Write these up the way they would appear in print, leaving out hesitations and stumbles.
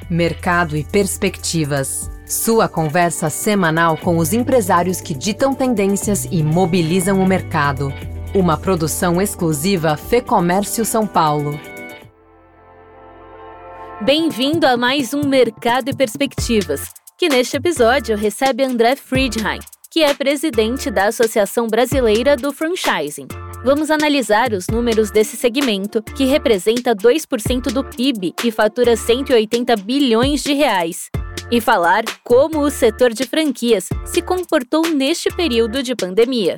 Mercado e Perspectivas. Sua conversa semanal com os empresários que ditam tendências e mobilizam o mercado. Uma produção exclusiva Fecomércio São Paulo. Bem-vindo a mais um Mercado e Perspectivas, que neste episódio recebe André Friedheim, que é presidente da Associação Brasileira do Franchising. Vamos analisar os números desse segmento, que representa 2% do PIB e fatura 180 bilhões de reais. E falar como o setor de franquias se comportou neste período de pandemia.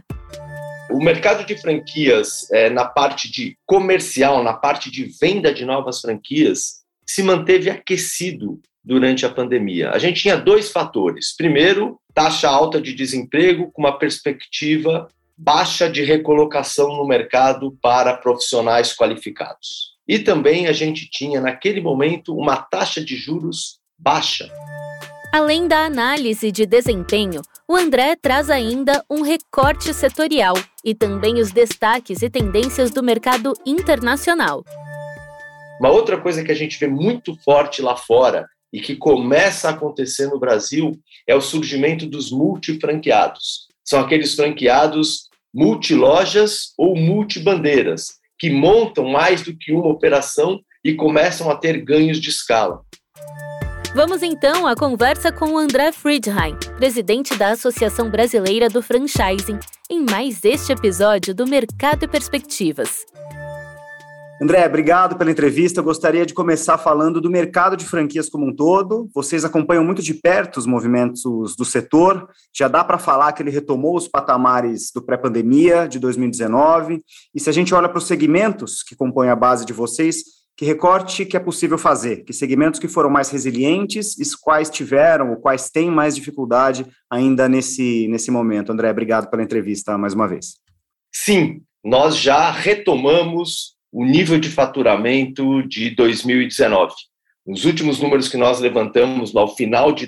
O mercado de franquias, na parte de comercial, na parte de venda de novas franquias, se manteve aquecido durante a pandemia. A gente tinha dois fatores. Primeiro, taxa alta de desemprego com uma perspectiva baixa de recolocação no mercado para profissionais qualificados. E também a gente tinha, naquele momento, uma taxa de juros baixa. Além da análise de desempenho, o André traz ainda um recorte setorial e também os destaques e tendências do mercado internacional. Uma outra coisa que a gente vê muito forte lá fora e que começa a acontecer no Brasil é o surgimento dos multifranqueados. São aqueles franqueados multilojas ou multibandeiras, que montam mais do que uma operação e começam a ter ganhos de escala. Vamos então à conversa com o André Friedheim, presidente da Associação Brasileira do Franchising, em mais este episódio do Mercado e Perspectivas. André, obrigado pela entrevista. Eu gostaria de começar falando do mercado de franquias como um todo. Vocês acompanham muito de perto os movimentos do setor. Já dá para falar que ele retomou os patamares do pré-pandemia de 2019. E se a gente olha para os segmentos que compõem a base de vocês, que recorte que é possível fazer? Que segmentos que foram mais resilientes e quais tiveram ou quais têm mais dificuldade ainda nesse momento? André, obrigado pela entrevista mais uma vez. Sim, nós já retomamos o nível de faturamento de 2019. Os últimos números que nós levantamos ao final de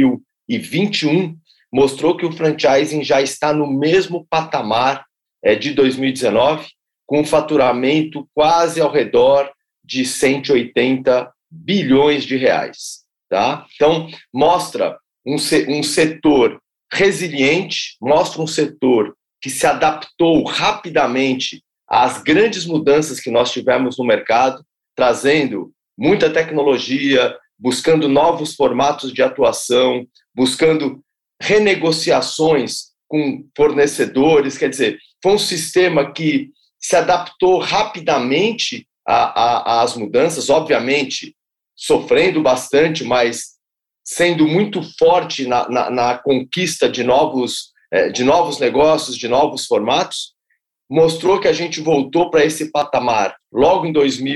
2021 mostrou que o franchising já está no mesmo patamar de 2019, com um faturamento quase ao redor de 180 bilhões de reais. Tá? Então, mostra um setor resiliente, mostra um setor que se adaptou rapidamente às grandes mudanças que nós tivemos no mercado, trazendo muita tecnologia, buscando novos formatos de atuação, buscando renegociações com fornecedores. Quer dizer, foi um sistema que se adaptou rapidamente às mudanças, obviamente sofrendo bastante, mas sendo muito forte na conquista de novos negócios, de novos formatos. Mostrou que a gente voltou para esse patamar logo em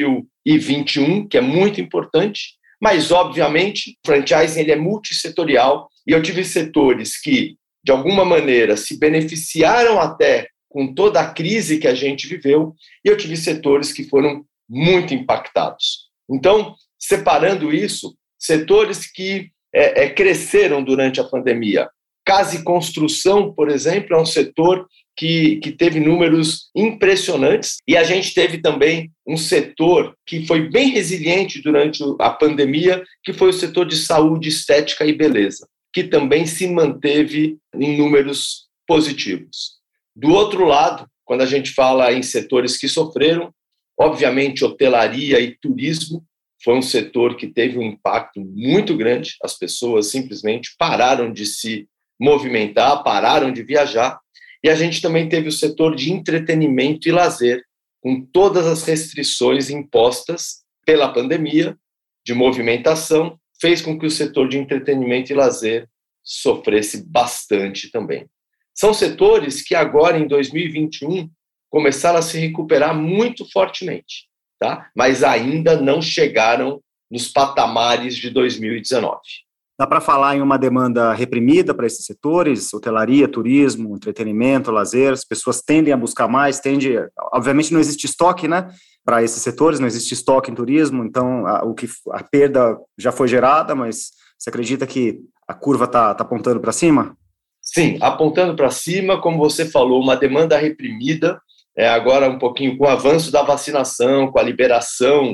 2021, que é muito importante, mas, obviamente, o franchising ele é multissetorial e eu tive setores que, de alguma maneira, se beneficiaram até com toda a crise que a gente viveu e eu tive setores que foram muito impactados. Então, separando isso, setores que cresceram durante a pandemia. Casa e construção, por exemplo, é um setor que teve números impressionantes e a gente teve também um setor que foi bem resiliente durante a pandemia, que foi o setor de saúde, estética e beleza, que também se manteve em números positivos. Do outro lado, quando a gente fala em setores que sofreram, obviamente hotelaria e turismo foi um setor que teve um impacto muito grande, as pessoas simplesmente pararam de se movimentar, pararam de viajar. E a gente também teve o setor de entretenimento e lazer, com todas as restrições impostas pela pandemia de movimentação, fez com que o setor de entretenimento e lazer sofresse bastante também. São setores que agora, em 2021, começaram a se recuperar muito fortemente, tá? Mas ainda não chegaram nos patamares de 2019. Dá para falar em uma demanda reprimida para esses setores, hotelaria, turismo, entretenimento, lazer, as pessoas tendem a buscar mais, obviamente não existe estoque, né, para esses setores, não existe estoque em turismo, então a perda já foi gerada, mas você acredita que a curva está apontando para cima? Sim, apontando para cima, como você falou, uma demanda reprimida, agora um pouquinho com o avanço da vacinação, com a liberação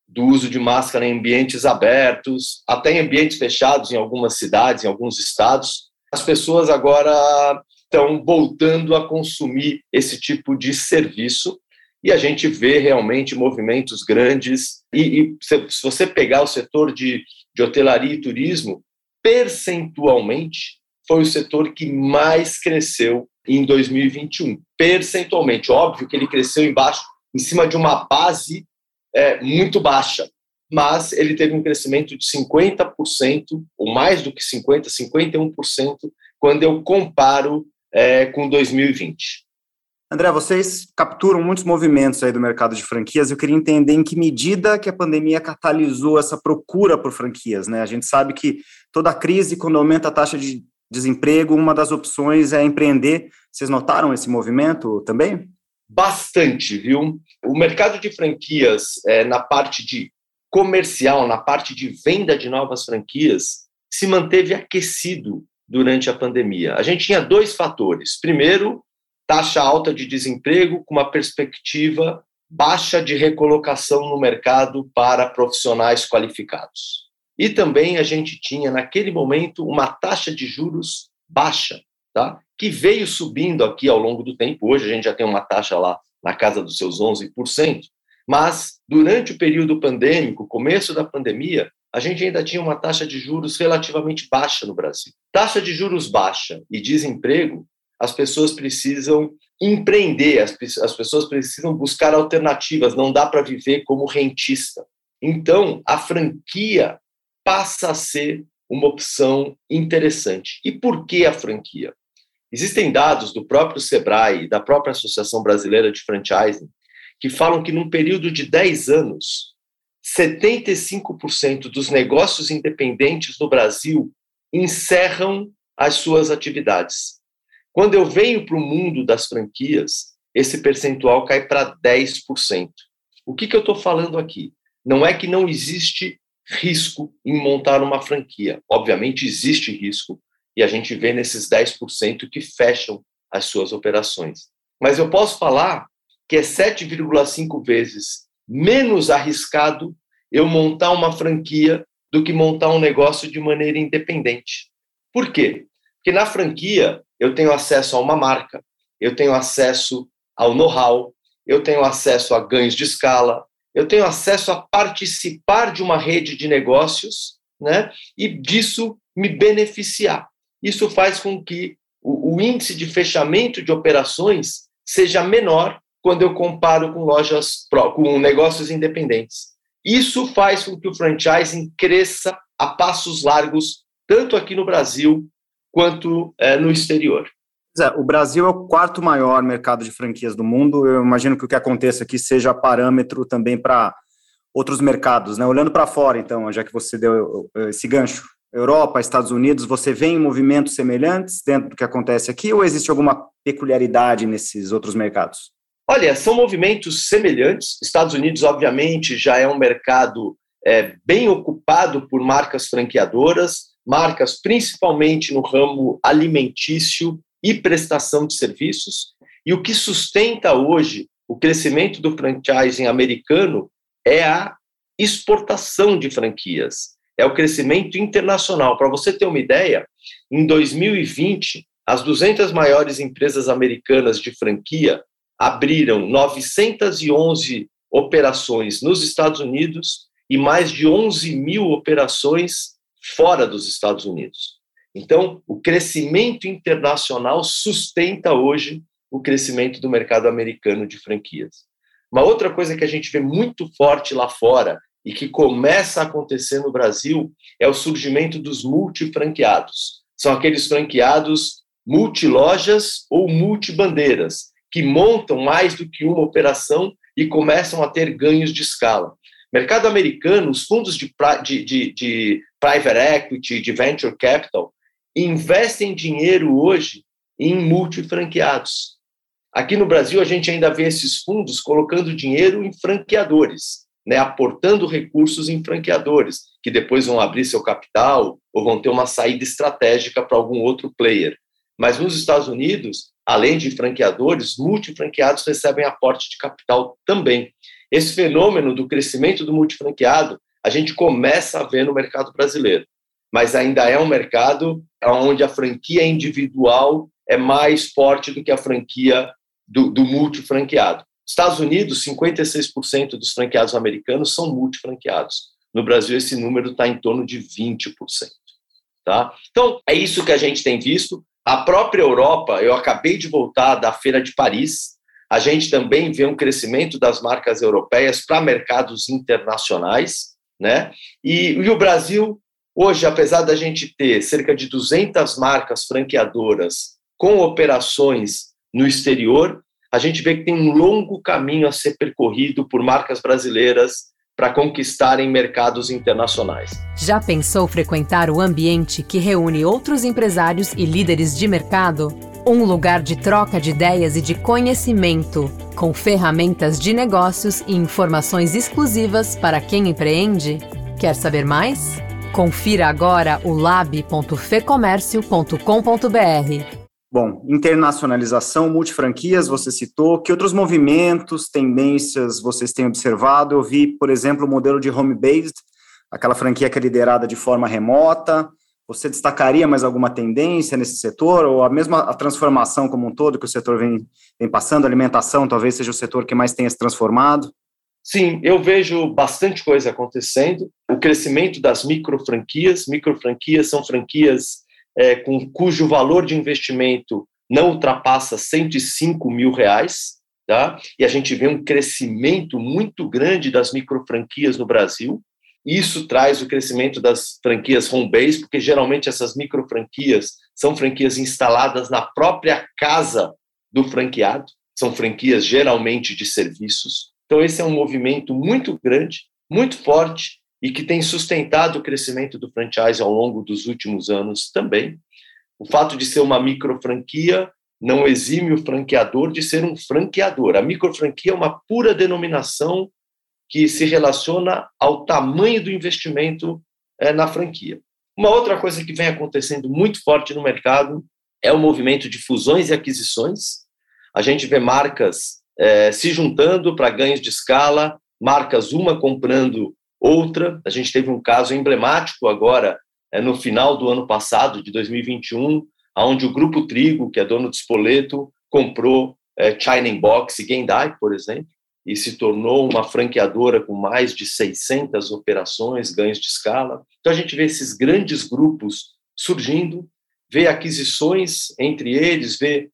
do uso de máscara em ambientes abertos, até em ambientes fechados em algumas cidades, em alguns estados. As pessoas agora estão voltando a consumir esse tipo de serviço e a gente vê realmente movimentos grandes. E se você pegar o setor de hotelaria e turismo, percentualmente, foi o setor que mais cresceu em 2021. Percentualmente. Óbvio que ele cresceu em cima de uma base muito baixa, mas ele teve um crescimento de 50%, ou mais do que 50%, 51%, quando eu comparo com 2020. André, vocês capturam muitos movimentos aí do mercado de franquias. Eu queria entender em que medida que a pandemia catalisou essa procura por franquias, né? A gente sabe que toda crise, quando aumenta a taxa de desemprego, uma das opções é empreender. Vocês notaram esse movimento também? Bastante, viu? O mercado de franquias, na parte de comercial, na parte de venda de novas franquias, se manteve aquecido durante a pandemia. A gente tinha 2 fatores. Primeiro, taxa alta de desemprego com uma perspectiva baixa de recolocação no mercado para profissionais qualificados. E também a gente tinha, naquele momento, uma taxa de juros baixa, tá? Que veio subindo aqui ao longo do tempo. Hoje a gente já tem uma taxa lá na casa dos seus 11%, mas durante o período pandêmico, começo da pandemia, a gente ainda tinha uma taxa de juros relativamente baixa no Brasil. Taxa de juros baixa e desemprego, as pessoas precisam empreender, as pessoas precisam buscar alternativas, não dá para viver como rentista. Então, a franquia passa a ser uma opção interessante. E por que a franquia? Existem dados do próprio Sebrae e da própria Associação Brasileira de Franchising que falam que num período de 10 anos, 75% dos negócios independentes no Brasil encerram as suas atividades. Quando eu venho para o mundo das franquias, esse percentual cai para 10%. O que eu estou falando aqui? Não é que não existe risco em montar uma franquia. Obviamente existe risco, e a gente vê nesses 10% que fecham as suas operações. Mas eu posso falar que é 7,5 vezes menos arriscado eu montar uma franquia do que montar um negócio de maneira independente. Por quê? Porque na franquia eu tenho acesso a uma marca, eu tenho acesso ao know-how, eu tenho acesso a ganhos de escala, eu tenho acesso a participar de uma rede de negócios, né, e disso me beneficiar. Isso faz com que o índice de fechamento de operações seja menor quando eu comparo com negócios independentes. Isso faz com que o franchising cresça a passos largos, tanto aqui no Brasil quanto no exterior. O Brasil é o 4º maior mercado de franquias do mundo. Eu imagino que o que aconteça aqui seja parâmetro também para outros mercados, né? Olhando para fora, então, já que você deu esse gancho, Europa, Estados Unidos, você vê em movimentos semelhantes dentro do que acontece aqui ou existe alguma peculiaridade nesses outros mercados? Olha, são movimentos semelhantes. Estados Unidos, obviamente, já é um mercado bem ocupado por marcas franqueadoras, marcas principalmente no ramo alimentício e prestação de serviços. E o que sustenta hoje o crescimento do franchising americano é a exportação de franquias, é o crescimento internacional. Para você ter uma ideia, em 2020, as 200 maiores empresas americanas de franquia abriram 911 operações nos Estados Unidos e mais de 11 mil operações fora dos Estados Unidos. Então, o crescimento internacional sustenta hoje o crescimento do mercado americano de franquias. Uma outra coisa que a gente vê muito forte lá fora e que começa a acontecer no Brasil é o surgimento dos multifranqueados. São aqueles franqueados multilojas ou multibandeiras, que montam mais do que uma operação e começam a ter ganhos de escala. Mercado americano, os fundos de private equity, de venture capital, investem dinheiro hoje em multifranqueados. Aqui no Brasil, a gente ainda vê esses fundos colocando dinheiro em franqueadores, né, aportando recursos em franqueadores, que depois vão abrir seu capital ou vão ter uma saída estratégica para algum outro player. Mas nos Estados Unidos, além de franqueadores, multifranqueados recebem aporte de capital também. esse fenômeno do crescimento do multifranqueado, a gente começa a ver no mercado brasileiro, mas ainda é um mercado onde a franquia individual é mais forte do que a franquia do multifranqueado. Estados Unidos, 56% dos franqueados americanos são multifranqueados. No Brasil, esse número está em torno de 20%. Tá? Então, é isso que a gente tem visto. A própria Europa, eu acabei de voltar da Feira de Paris, a gente também vê um crescimento das marcas europeias para mercados internacionais, né? E o Brasil, hoje, apesar da gente ter cerca de 200 marcas franqueadoras com operações no exterior, a gente vê que tem um longo caminho a ser percorrido por marcas brasileiras para conquistarem mercados internacionais. Já pensou frequentar o ambiente que reúne outros empresários e líderes de mercado? Um lugar de troca de ideias e de conhecimento, com ferramentas de negócios e informações exclusivas para quem empreende? Quer saber mais? Confira agora o lab.fecomércio.com.br. Bom, internacionalização, multifranquias, você citou. Que outros movimentos, tendências vocês têm observado? Eu vi, por exemplo, o modelo de home-based, aquela franquia que é liderada de forma remota. Você destacaria mais alguma tendência nesse setor? Ou a mesma transformação como um todo que o setor vem passando? A alimentação talvez seja o setor que mais tenha se transformado? Sim, eu vejo bastante coisa acontecendo. O crescimento das microfranquias. Microfranquias são franquias cujo valor de investimento não ultrapassa R$105 mil, tá? E a gente vê um crescimento muito grande das microfranquias no Brasil. Isso traz o crescimento das franquias home-based, porque geralmente essas microfranquias são franquias instaladas na própria casa do franqueado, são franquias geralmente de serviços. Então esse é um movimento muito grande, muito forte, e que tem sustentado o crescimento do franchise ao longo dos últimos anos também. O fato de ser uma microfranquia não exime o franqueador de ser um franqueador. A microfranquia é uma pura denominação que se relaciona ao tamanho do investimento na franquia. Uma outra coisa que vem acontecendo muito forte no mercado é o movimento de fusões e aquisições. A gente vê marcas se juntando para ganhos de escala, marcas uma comprando outra. A gente teve um caso emblemático agora, no final do ano passado, de 2021, onde o Grupo Trigo, que é dono de Spoleto, comprou China Inbox e Gendai, por exemplo, e se tornou uma franqueadora com mais de 600 operações, ganhos de escala. Então a gente vê esses grandes grupos surgindo, vê aquisições entre eles, vê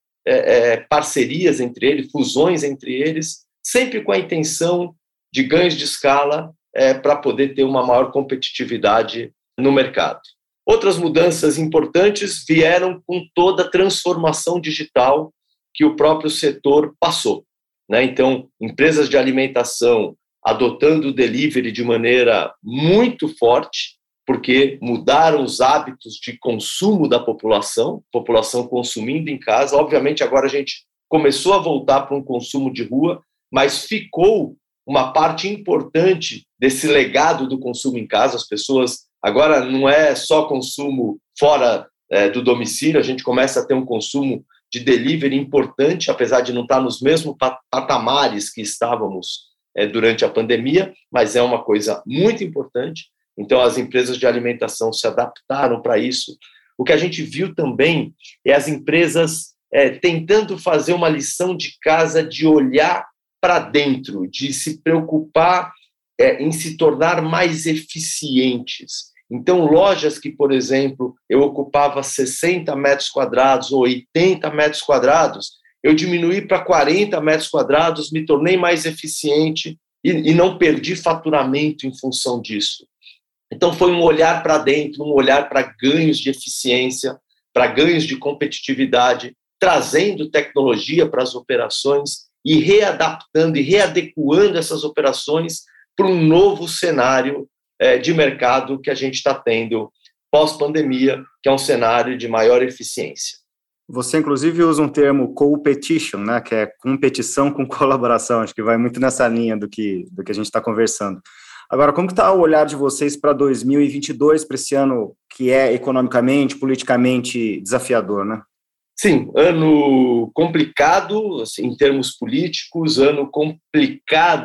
parcerias entre eles, fusões entre eles, sempre com a intenção de ganhos de escala, para poder ter uma maior competitividade no mercado. Outras mudanças importantes vieram com toda a transformação digital que o próprio setor passou, né? Então, empresas de alimentação adotando o delivery de maneira muito forte, porque mudaram os hábitos de consumo da população consumindo em casa. Obviamente, agora a gente começou a voltar para um consumo de rua, mas ficou uma parte importante desse legado do consumo em casa. As pessoas, agora não é só consumo fora do domicílio, a gente começa a ter um consumo de delivery importante, apesar de não estar nos mesmos patamares que estávamos durante a pandemia, mas é uma coisa muito importante. Então, as empresas de alimentação se adaptaram para isso. O que a gente viu também é as empresas tentando fazer uma lição de casa de olhar para dentro, de se preocupar em se tornar mais eficientes. Então, lojas que, por exemplo, eu ocupava 60 metros quadrados ou 80 metros quadrados, eu diminuí para 40 metros quadrados, me tornei mais eficiente e não perdi faturamento em função disso. Então, foi um olhar para dentro, um olhar para ganhos de eficiência, para ganhos de competitividade, trazendo tecnologia para as operações e readaptando e readequando essas operações para um novo cenário de mercado que a gente está tendo pós-pandemia, que é um cenário de maior eficiência. Você, inclusive, usa um termo competition, né, que é competição com colaboração. Acho que vai muito nessa linha do que a gente está conversando. Agora, como está o olhar de vocês para 2022, para esse ano que é economicamente, politicamente desafiador, né? Sim, ano complicado assim, em termos políticos, ano complicado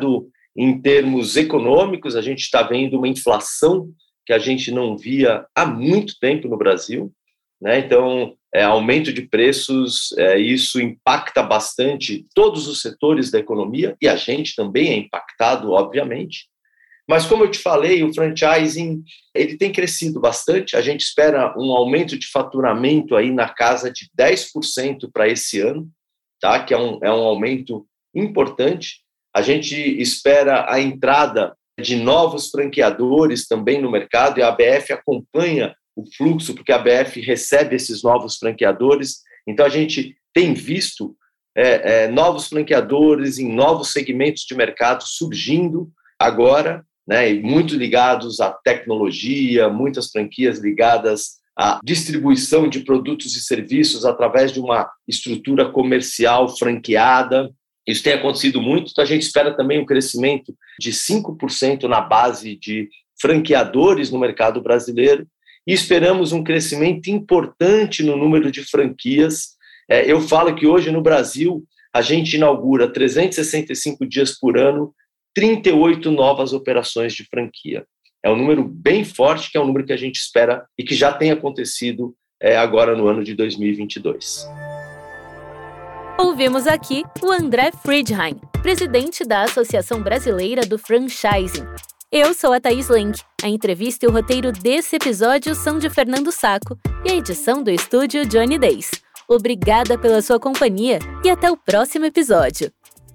em termos econômicos, a gente está vendo uma inflação que a gente não via há muito tempo no Brasil, né? Então, aumento de preços, isso impacta bastante todos os setores da economia, e a gente também é impactado, obviamente. Mas, como eu te falei, o franchising ele tem crescido bastante. A gente espera um aumento de faturamento aí na casa de 10% para esse ano, tá? Que é um aumento importante. A gente espera a entrada de novos franqueadores também no mercado, e a ABF acompanha o fluxo, porque a ABF recebe esses novos franqueadores. Então, a gente tem visto novos franqueadores em novos segmentos de mercado surgindo agora, né, e muito ligados à tecnologia, muitas franquias ligadas à distribuição de produtos e serviços através de uma estrutura comercial franqueada. Isso tem acontecido muito, então a gente espera também um crescimento de 5% na base de franqueadores no mercado brasileiro, e esperamos um crescimento importante no número de franquias. Eu falo que hoje no Brasil a gente inaugura 365 dias por ano, 38 novas operações de franquia. É um número bem forte, que é um número que a gente espera e que já tem acontecido agora no ano de 2022. Ouvimos aqui o André Friedheim, presidente da Associação Brasileira do Franchising. Eu sou a Thaís Lenk. A entrevista e o roteiro desse episódio são de Fernando Sacco e a edição do estúdio Johnny Days. Obrigada pela sua companhia e até o próximo episódio.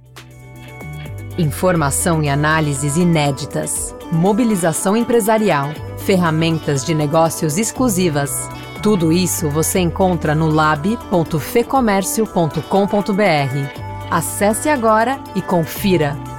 Informação e análises inéditas, mobilização empresarial, ferramentas de negócios exclusivas. Tudo isso você encontra no lab.fecomércio.com.br. Acesse agora e confira.